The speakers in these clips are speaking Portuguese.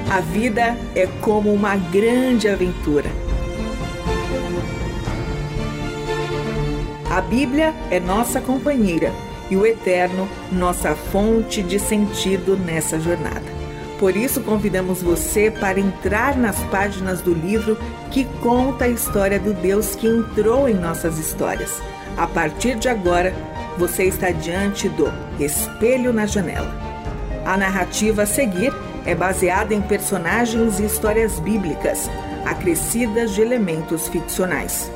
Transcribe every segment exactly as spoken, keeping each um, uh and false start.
A vida é como uma grande aventura. A Bíblia é nossa companheira e o Eterno, nossa fonte de sentido nessa jornada. Por isso, convidamos você para entrar nas páginas do livro que conta a história do Deus que entrou em nossas histórias. A partir de agora, você está diante do Espelho na Janela. A narrativa a seguir é baseada em personagens e histórias bíblicas, acrescidas de elementos ficcionais.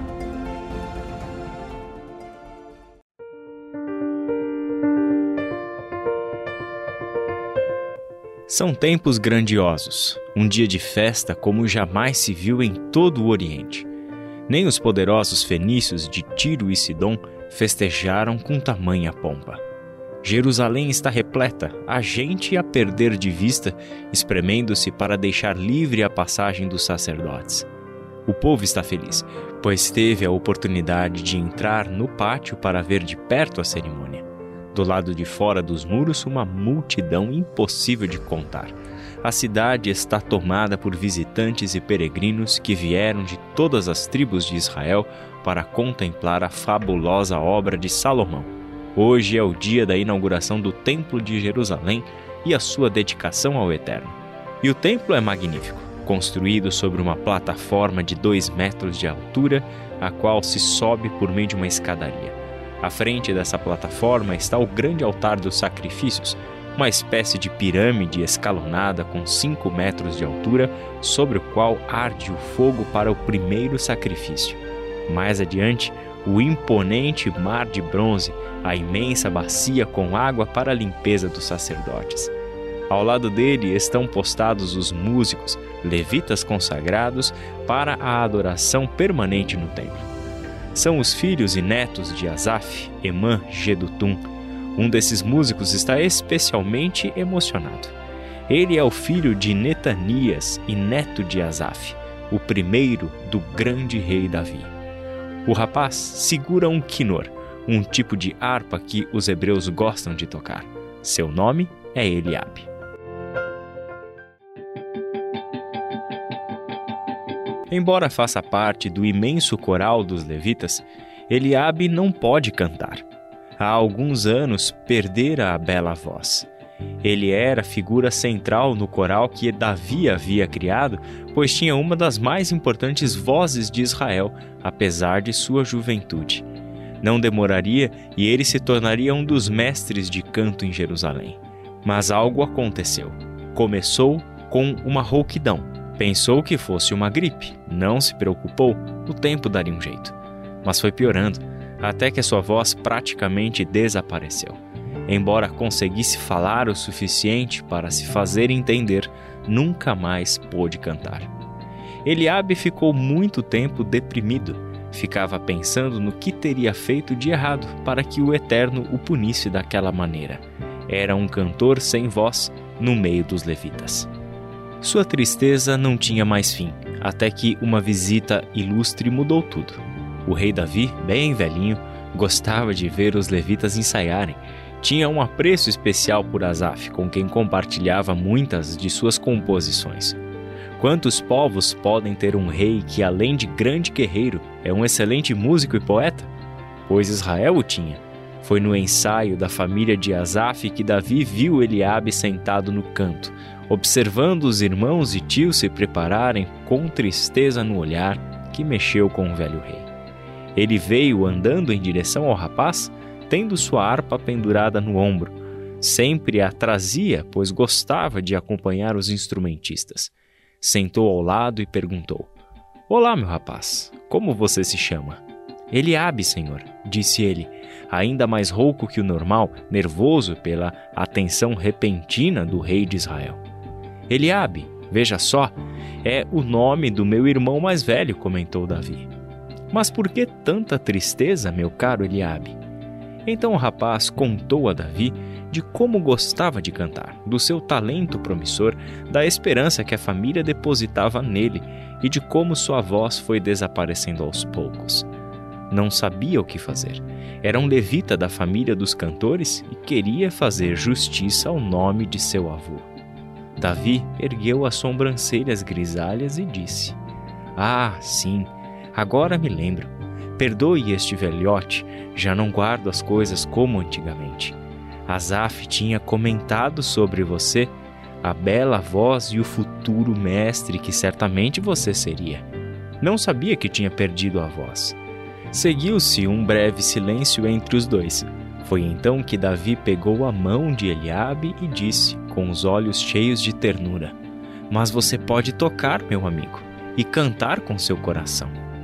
São tempos grandiosos, um dia de festa como jamais se viu em todo o Oriente. Nem os poderosos fenícios de Tiro e Sidom festejaram com tamanha pompa. Jerusalém está repleta, a gente a perder de vista, espremendo-se para deixar livre a passagem dos sacerdotes. O povo está feliz, pois teve a oportunidade de entrar no pátio para ver de perto a cerimônia. Do lado de fora dos muros, uma multidão impossível de contar. A cidade está tomada por visitantes e peregrinos que vieram de todas as tribos de Israel para contemplar a fabulosa obra de Salomão. Hoje é o dia da inauguração do Templo de Jerusalém e a sua dedicação ao Eterno. E o templo é magnífico, construído sobre uma plataforma de dois metros de altura, a qual se sobe por meio de uma escadaria. À frente dessa plataforma está o grande altar dos sacrifícios, uma espécie de pirâmide escalonada com cinco metros de altura, sobre o qual arde o fogo para o primeiro sacrifício. Mais adiante, o imponente mar de bronze, a imensa bacia com água para a limpeza dos sacerdotes. Ao lado dele estão postados os músicos, levitas consagrados para a adoração permanente no templo. São os filhos e netos de Asaf, Emã, Jedutum. Um desses músicos está especialmente emocionado. Ele é o filho de Netanias e neto de Asaf, o primeiro do grande rei Davi. O rapaz segura um quinor, um tipo de harpa que os hebreus gostam de tocar. Seu nome é Eliabe. Embora faça parte do imenso coral dos levitas, Eliabe não pode cantar. Há alguns anos perdera a bela voz. Ele era a figura central no coral que Davi havia criado, pois tinha uma das mais importantes vozes de Israel, apesar de sua juventude. Não demoraria e ele se tornaria um dos mestres de canto em Jerusalém. Mas algo aconteceu. Começou com uma rouquidão. Pensou que fosse uma gripe, não se preocupou, o tempo daria um jeito. Mas foi piorando, até que a sua voz praticamente desapareceu. Embora conseguisse falar o suficiente para se fazer entender, nunca mais pôde cantar. Eliabe ficou muito tempo deprimido, ficava pensando no que teria feito de errado para que o Eterno o punisse daquela maneira. Era um cantor sem voz no meio dos levitas. Sua tristeza não tinha mais fim, até que uma visita ilustre mudou tudo. O rei Davi, bem velhinho, gostava de ver os levitas ensaiarem. Tinha um apreço especial por Asaf, com quem compartilhava muitas de suas composições. Quantos povos podem ter um rei que, além de grande guerreiro, é um excelente músico e poeta? Pois Israel o tinha. Foi no ensaio da família de Asaf que Davi viu Eliabe sentado no canto, observando os irmãos e tios se prepararem com tristeza no olhar, que mexeu com o velho rei. Ele veio andando em direção ao rapaz, tendo sua harpa pendurada no ombro. Sempre a trazia, pois gostava de acompanhar os instrumentistas. Sentou ao lado e perguntou: "Olá, meu rapaz, como você se chama?" "Eliabe, senhor", disse ele, ainda mais rouco que o normal, nervoso pela atenção repentina do rei de Israel. "Eliabe, veja só, é o nome do meu irmão mais velho", comentou Davi. "Mas por que tanta tristeza, meu caro Eliabe?" Então o rapaz contou a Davi de como gostava de cantar, do seu talento promissor, da esperança que a família depositava nele e de como sua voz foi desaparecendo aos poucos. Não sabia o que fazer. Era um levita da família dos cantores e queria fazer justiça ao nome de seu avô. Davi ergueu as sobrancelhas grisalhas e disse: Ah, sim, agora me lembro. Perdoe este velhote, já não guardo as coisas como antigamente. Asaf tinha comentado sobre você, a bela voz e o futuro mestre que certamente você seria. Não sabia que tinha perdido a voz. Seguiu-se um breve silêncio entre os dois. Foi então que Davi pegou a mão de Eliabe e disse, com os olhos cheios de ternura: Mas você pode tocar, meu amigo, e cantar com seu coração.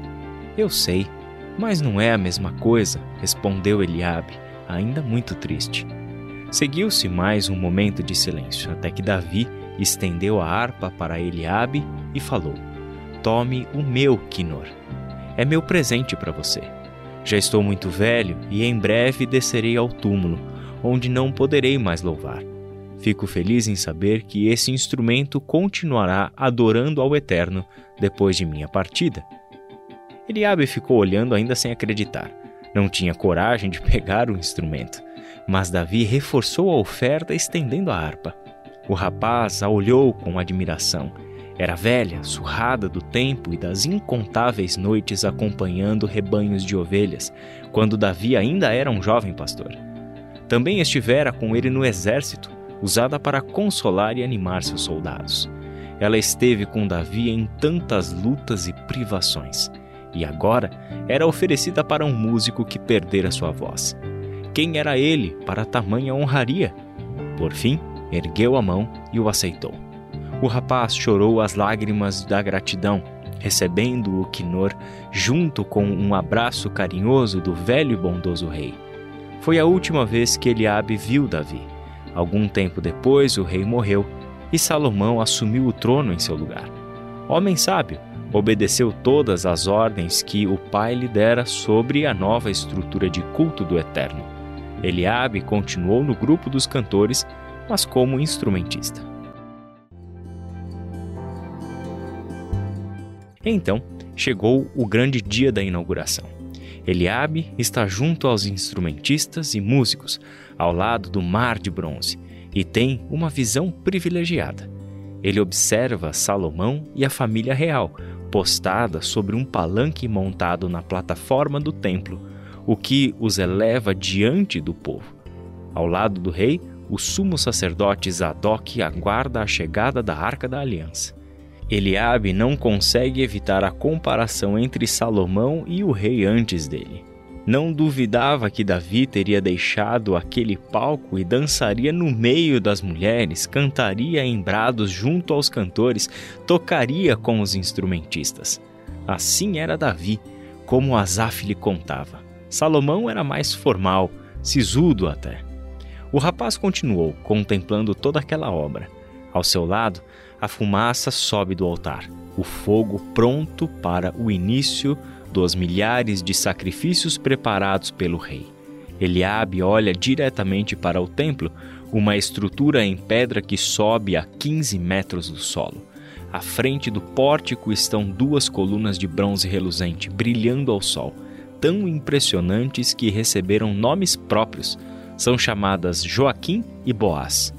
Eu sei, mas não é a mesma coisa, respondeu Eliabe, ainda muito triste. Seguiu-se mais um momento de silêncio, até que Davi estendeu a harpa para Eliabe e falou: Tome o meu quinor. É meu presente para você. Já estou muito velho e em breve descerei ao túmulo, onde não poderei mais louvar. Fico feliz em saber que esse instrumento continuará adorando ao Eterno depois de minha partida. Eliabe ficou olhando ainda sem acreditar. Não tinha coragem de pegar o instrumento, mas Davi reforçou a oferta estendendo a harpa. O rapaz a olhou com admiração. Era velha, surrada do tempo e das incontáveis noites acompanhando rebanhos de ovelhas, quando Davi ainda era um jovem pastor. Também estivera com ele no exército, usada para consolar e animar seus soldados. Ela esteve com Davi em tantas lutas e privações, e agora era oferecida para um músico que perdera sua voz. Quem era ele para tamanha honraria? Por fim, ergueu a mão e o aceitou. O rapaz chorou as lágrimas da gratidão, recebendo o quinor junto com um abraço carinhoso do velho e bondoso rei. Foi a última vez que Eliabe viu Davi. Algum tempo depois, o rei morreu e Salomão assumiu o trono em seu lugar. Homem sábio, obedeceu todas as ordens que o pai lhe dera sobre a nova estrutura de culto do Eterno. Eliabe continuou no grupo dos cantores, mas como instrumentista. Então, chegou o grande dia da inauguração. Eliabe está junto aos instrumentistas e músicos, ao lado do mar de bronze, e tem uma visão privilegiada. Ele observa Salomão e a família real, postada sobre um palanque montado na plataforma do templo, o que os eleva diante do povo. Ao lado do rei, o sumo sacerdote Zadok aguarda a chegada da Arca da Aliança. Eliabe não consegue evitar a comparação entre Salomão e o rei antes dele. Não duvidava que Davi teria deixado aquele palco e dançaria no meio das mulheres, cantaria em brados junto aos cantores, tocaria com os instrumentistas. Assim era Davi, como Asaf lhe contava. Salomão era mais formal, sisudo até. O rapaz continuou, contemplando toda aquela obra. Ao seu lado, a fumaça sobe do altar, o fogo pronto para o início dos milhares de sacrifícios preparados pelo rei. Eliabe olha diretamente para o templo, uma estrutura em pedra que sobe a quinze metros do solo. À frente do pórtico estão duas colunas de bronze reluzente, brilhando ao sol, tão impressionantes que receberam nomes próprios. São chamadas Joaquim e Boaz.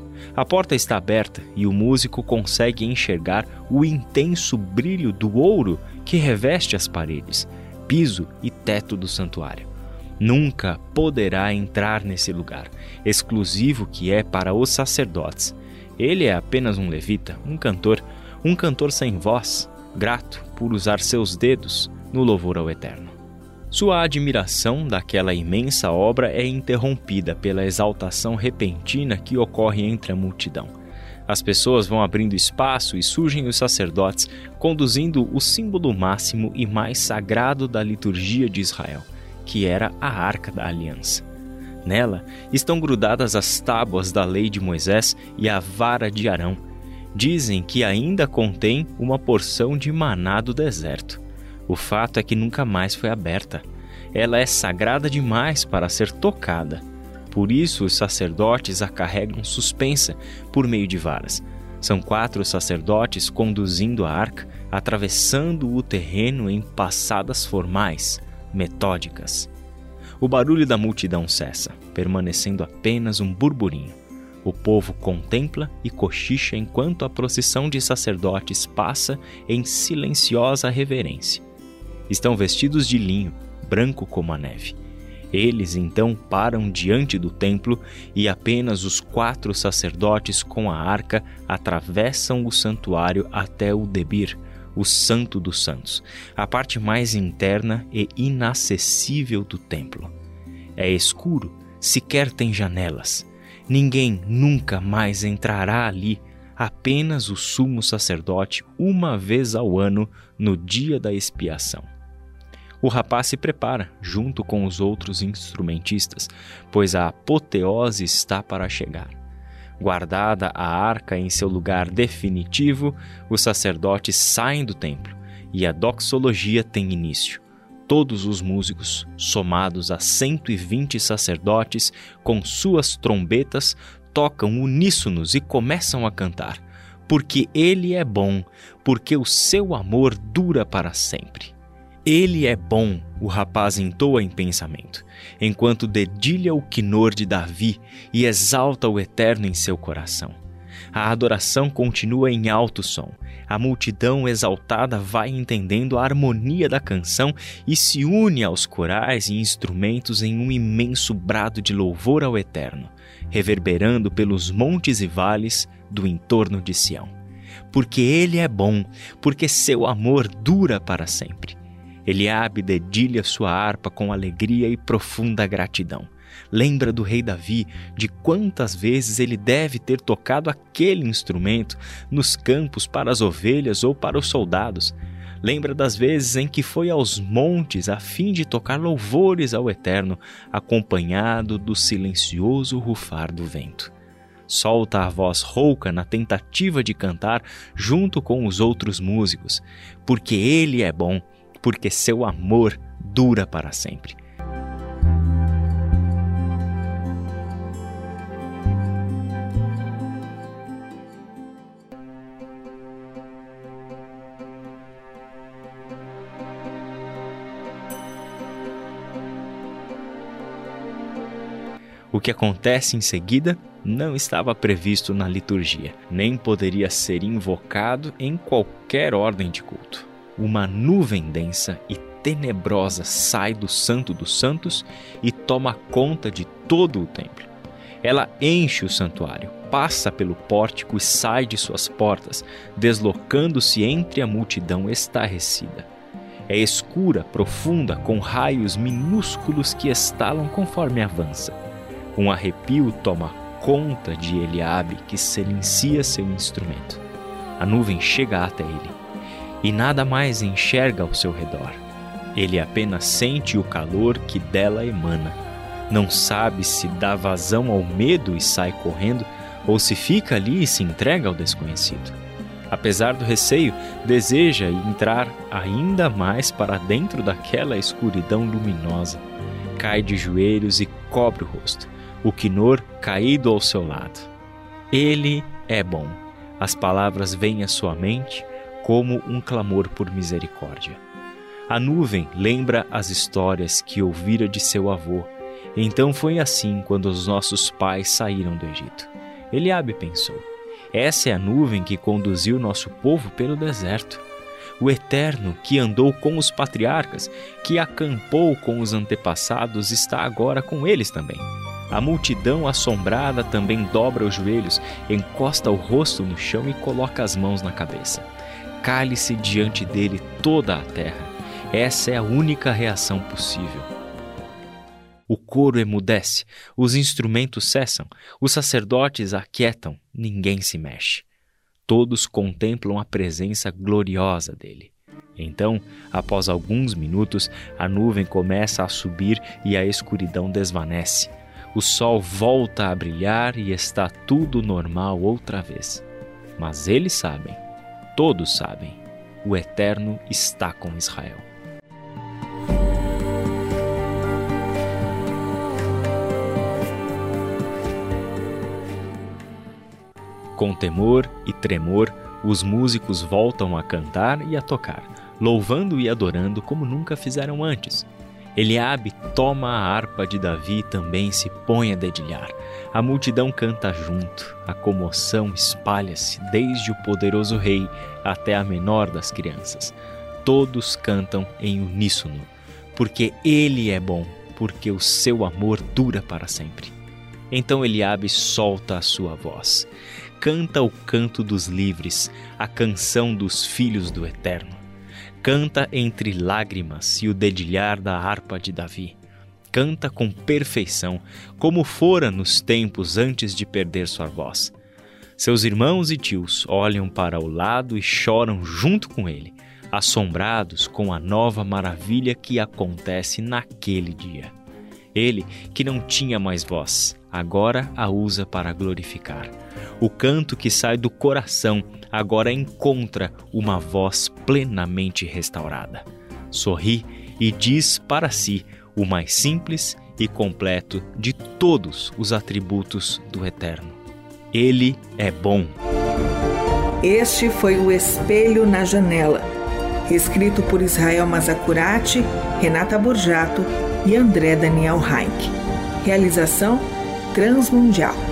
A porta está aberta e o músico consegue enxergar o intenso brilho do ouro que reveste as paredes, piso e teto do santuário. Nunca poderá entrar nesse lugar, exclusivo que é para os sacerdotes. Ele é apenas um levita, um cantor, um cantor sem voz, grato por usar seus dedos no louvor ao Eterno. Sua admiração daquela imensa obra é interrompida pela exaltação repentina que ocorre entre a multidão. As pessoas vão abrindo espaço e surgem os sacerdotes, conduzindo o símbolo máximo e mais sagrado da liturgia de Israel, que era a Arca da Aliança. Nela estão grudadas as tábuas da lei de Moisés e a vara de Arão. Dizem que ainda contém uma porção de maná do deserto. O fato é que nunca mais foi aberta. Ela é sagrada demais para ser tocada. Por isso, os sacerdotes a carregam suspensa por meio de varas. São quatro sacerdotes conduzindo a arca, atravessando o terreno em passadas formais, metódicas. O barulho da multidão cessa, permanecendo apenas um burburinho. O povo contempla e cochicha enquanto a procissão de sacerdotes passa em silenciosa reverência. Estão vestidos de linho, branco como a neve. Eles então param diante do templo e apenas os quatro sacerdotes com a arca atravessam o santuário até o Debir, o Santo dos Santos, a parte mais interna e inacessível do templo. É escuro, sequer tem janelas. Ninguém nunca mais entrará ali, apenas o sumo sacerdote uma vez ao ano no dia da expiação. O rapaz se prepara, junto com os outros instrumentistas, pois a apoteose está para chegar. Guardada a arca em seu lugar definitivo, os sacerdotes saem do templo e a doxologia tem início. Todos os músicos, somados a cento e vinte sacerdotes, com suas trombetas, tocam uníssonos e começam a cantar, porque Ele é bom, porque o seu amor dura para sempre. Ele é bom, o rapaz entoa em pensamento, enquanto dedilha o quinor de Davi e exalta o Eterno em seu coração. A adoração continua em alto som. A multidão exaltada vai entendendo a harmonia da canção e se une aos corais e instrumentos em um imenso brado de louvor ao Eterno, reverberando pelos montes e vales do entorno de Sião. Porque Ele é bom, porque seu amor dura para sempre. Eliabe dedilha sua harpa com alegria e profunda gratidão. Lembra do rei Davi, de quantas vezes ele deve ter tocado aquele instrumento nos campos para as ovelhas ou para os soldados. Lembra das vezes em que foi aos montes a fim de tocar louvores ao Eterno, acompanhado do silencioso rufar do vento. Solta a voz rouca na tentativa de cantar junto com os outros músicos, porque Ele é bom, porque seu amor dura para sempre. O que acontece em seguida não estava previsto na liturgia, nem poderia ser invocado em qualquer ordem de culto. Uma nuvem densa e tenebrosa sai do Santo dos Santos e toma conta de todo o templo. Ela enche o santuário, passa pelo pórtico e sai de suas portas, deslocando-se entre a multidão estarrecida. É escura, profunda, com raios minúsculos que estalam conforme avança. Um arrepio toma conta de Eliabe, que silencia seu instrumento. A nuvem chega até ele e nada mais enxerga ao seu redor. Ele apenas sente o calor que dela emana. Não sabe se dá vazão ao medo e sai correndo ou se fica ali e se entrega ao desconhecido. Apesar do receio, deseja entrar ainda mais para dentro daquela escuridão luminosa. Cai de joelhos e cobre o rosto, o quinor caído ao seu lado. Ele é bom. As palavras vêm à sua mente como um clamor por misericórdia. A nuvem lembra as histórias que ouvira de seu avô. Então foi assim quando os nossos pais saíram do Egito. Eliabe pensou: essa é a nuvem que conduziu nosso povo pelo deserto. O Eterno, que andou com os patriarcas, que acampou com os antepassados, está agora com eles também. A multidão assombrada também dobra os joelhos, encosta o rosto no chão e coloca as mãos na cabeça. Cale-se diante dele toda a terra. Essa é a única reação possível. O coro emudece, os instrumentos cessam, os sacerdotes aquietam, ninguém se mexe. Todos contemplam a presença gloriosa dele. Então, após alguns minutos, a nuvem começa a subir e a escuridão desvanece. O sol volta a brilhar e está tudo normal outra vez. Mas eles sabem, todos sabem, o Eterno está com Israel. Com temor e tremor, os músicos voltam a cantar e a tocar, louvando e adorando como nunca fizeram antes. Eliabe toma a harpa de Davi e também se põe a dedilhar. A multidão canta junto, a comoção espalha-se desde o poderoso rei até a menor das crianças. Todos cantam em uníssono, porque ele é bom, porque o seu amor dura para sempre. Então Eliabe solta a sua voz. Canta o canto dos livres, a canção dos filhos do Eterno. Canta entre lágrimas e o dedilhar da harpa de Davi. Canta com perfeição, como fora nos tempos antes de perder sua voz. Seus irmãos e tios olham para o lado e choram junto com ele, assombrados com a nova maravilha que acontece naquele dia. Ele, que não tinha mais voz, agora a usa para glorificar. O canto que sai do coração agora encontra uma voz plenamente restaurada. Sorri e diz para si o mais simples e completo de todos os atributos do Eterno. Ele é bom. Este foi o Espelho na Janela, escrito por Israel Mazacurati, Renata Borjato e André Daniel Heinck. Realização Transmundial.